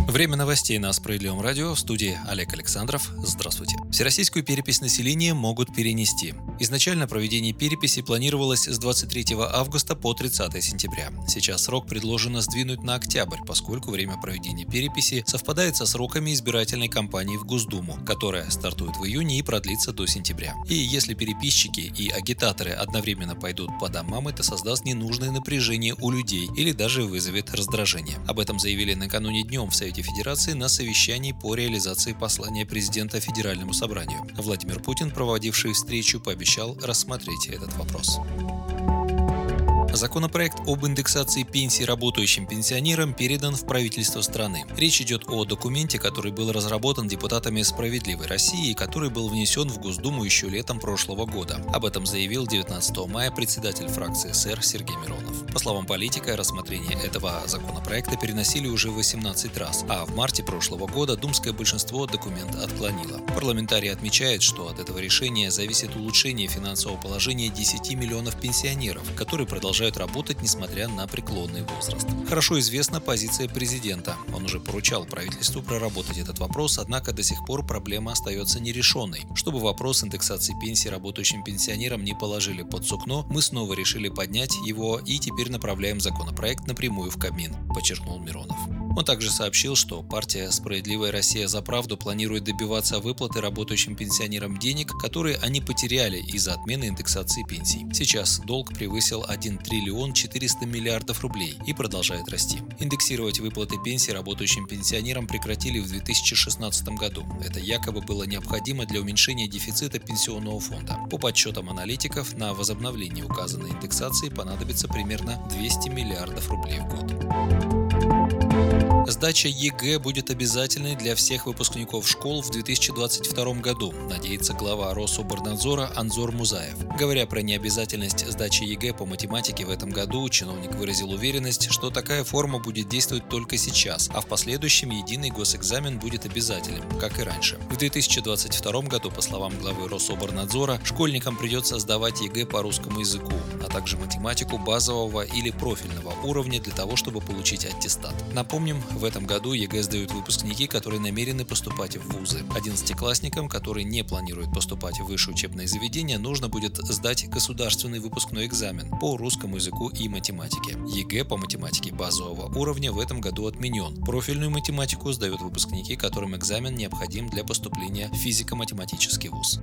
Время новостей на Справедливом радио. В студии Олег Александров. Здравствуйте. Всероссийскую перепись населения могут перенести. Изначально проведение переписи планировалось с 23 августа по 30 сентября. Сейчас срок предложено сдвинуть на октябрь, поскольку время проведения переписи совпадает со сроками избирательной кампании в Госдуму, которая стартует в июне и продлится до сентября. И если переписчики и агитаторы одновременно пойдут по домам, это создаст ненужное напряжение у людей или даже вызовет раздражение. Об этом заявили накануне днем в Совете Федерации на совещании по реализации послания президента Федеральному собранию. Владимир Путин, проводивший встречу, пообещал рассмотреть этот вопрос. Законопроект об индексации пенсий работающим пенсионерам передан в правительство страны. Речь идет о документе, который был разработан депутатами «Справедливой России» и который был внесен в Госдуму еще летом прошлого года. Об этом заявил 19 мая председатель фракции СР Сергей Миронов. По словам политика, рассмотрение этого законопроекта переносили уже 18 раз, а в марте прошлого года думское большинство документ отклонило. Парламентарий отмечает, что от этого решения зависит улучшение финансового положения 10 миллионов пенсионеров, которые продолжают работать, несмотря на преклонный возраст. Хорошо известна позиция президента. Он уже поручал правительству проработать этот вопрос, однако до сих пор проблема остается нерешенной. Чтобы вопрос индексации пенсий работающим пенсионерам не положили под сукно, мы снова решили поднять его и теперь направляем законопроект напрямую в Кабмин, подчеркнул Миронов. Он также сообщил, что партия «Справедливая Россия за правду» планирует добиваться выплаты работающим пенсионерам денег, которые они потеряли из-за отмены индексации пенсий. Сейчас долг превысил 1 триллион 400 миллиардов рублей и продолжает расти. Индексировать выплаты пенсий работающим пенсионерам прекратили в 2016 году. Это якобы было необходимо для уменьшения дефицита пенсионного фонда. По подсчетам аналитиков, на возобновление указанной индексации понадобится примерно 200 миллиардов рублей в год. Сдача ЕГЭ будет обязательной для всех выпускников школ в 2022 году, надеется глава Рособорнадзора Анзор Музаев. Говоря про необязательность сдачи ЕГЭ по математике в этом году, чиновник выразил уверенность, что такая форма будет действовать только сейчас, а в последующем единый госэкзамен будет обязателен, как и раньше. В 2022 году, по словам главы Рособорнадзора, школьникам придется сдавать ЕГЭ по русскому языку, а также математику базового или профильного уровня для того, чтобы получить аттестат. Напомним, в этом году ЕГЭ сдают выпускники, которые намерены поступать в вузы. 11-классникам, которые не планируют поступать в высшее учебное заведение, нужно будет сдать государственный выпускной экзамен по русскому языку и математике. ЕГЭ по математике базового уровня в этом году отменен. Профильную математику сдают выпускники, которым экзамен необходим для поступления в физико-математический вуз.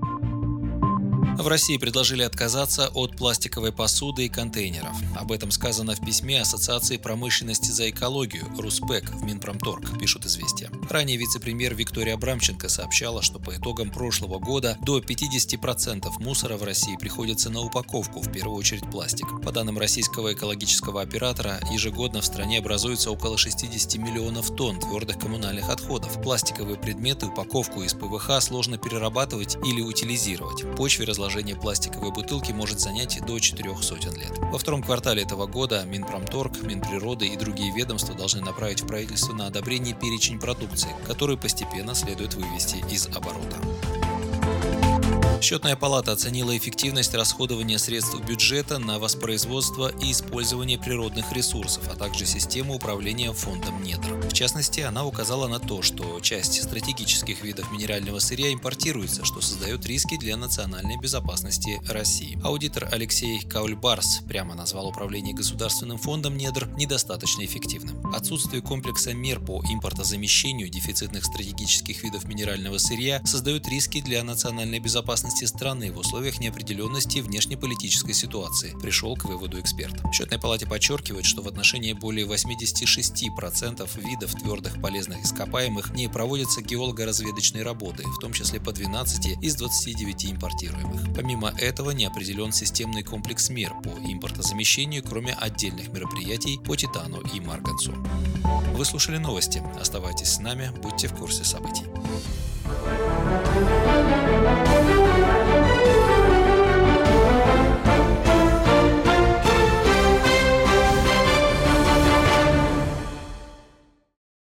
В России предложили отказаться от пластиковой посуды и контейнеров. Об этом сказано в письме Ассоциации промышленности за экологию «Руспек» в Минпромторг, пишут «Известия». Ранее вице-премьер Виктория Абрамченко сообщала, что по итогам прошлого года до 50% мусора в России приходится на упаковку, в первую очередь пластик. По данным российского экологического оператора, ежегодно в стране образуется около 60 миллионов тонн твердых коммунальных отходов. Пластиковые предметы, упаковку из ПВХ сложно перерабатывать или утилизировать. В почве разложения пластиковой бутылки может занять до 400 лет. Во втором квартале этого года Минпромторг, Минприроды и другие ведомства должны направить в правительство на одобрение перечень продукции, который постепенно следует вывести из оборота. Счетная палата оценила эффективность расходования средств бюджета на воспроизводство и использование природных ресурсов, а также систему управления фондом недр. В частности, она указала на то, что часть стратегических видов минерального сырья импортируется, что создает риски для национальной безопасности России. Аудитор Алексей Каульбарс прямо назвал управление государственным фондом недр недостаточно эффективным. Отсутствие комплекса мер по импортозамещению дефицитных стратегических видов минерального сырья создает риски для национальной безопасности страны в условиях неопределенности внешнеполитической ситуации, пришел к выводу эксперт. В Счетной палате подчеркивают, что в отношении более 86% видов твердых полезных ископаемых не проводятся геолого-разведочные работы, в том числе по 12 из 29 импортируемых. Помимо этого не определен системный комплекс мер по импортозамещению, кроме отдельных мероприятий по титану и марганцу. Вы слушали новости. Оставайтесь с нами, будьте в курсе событий.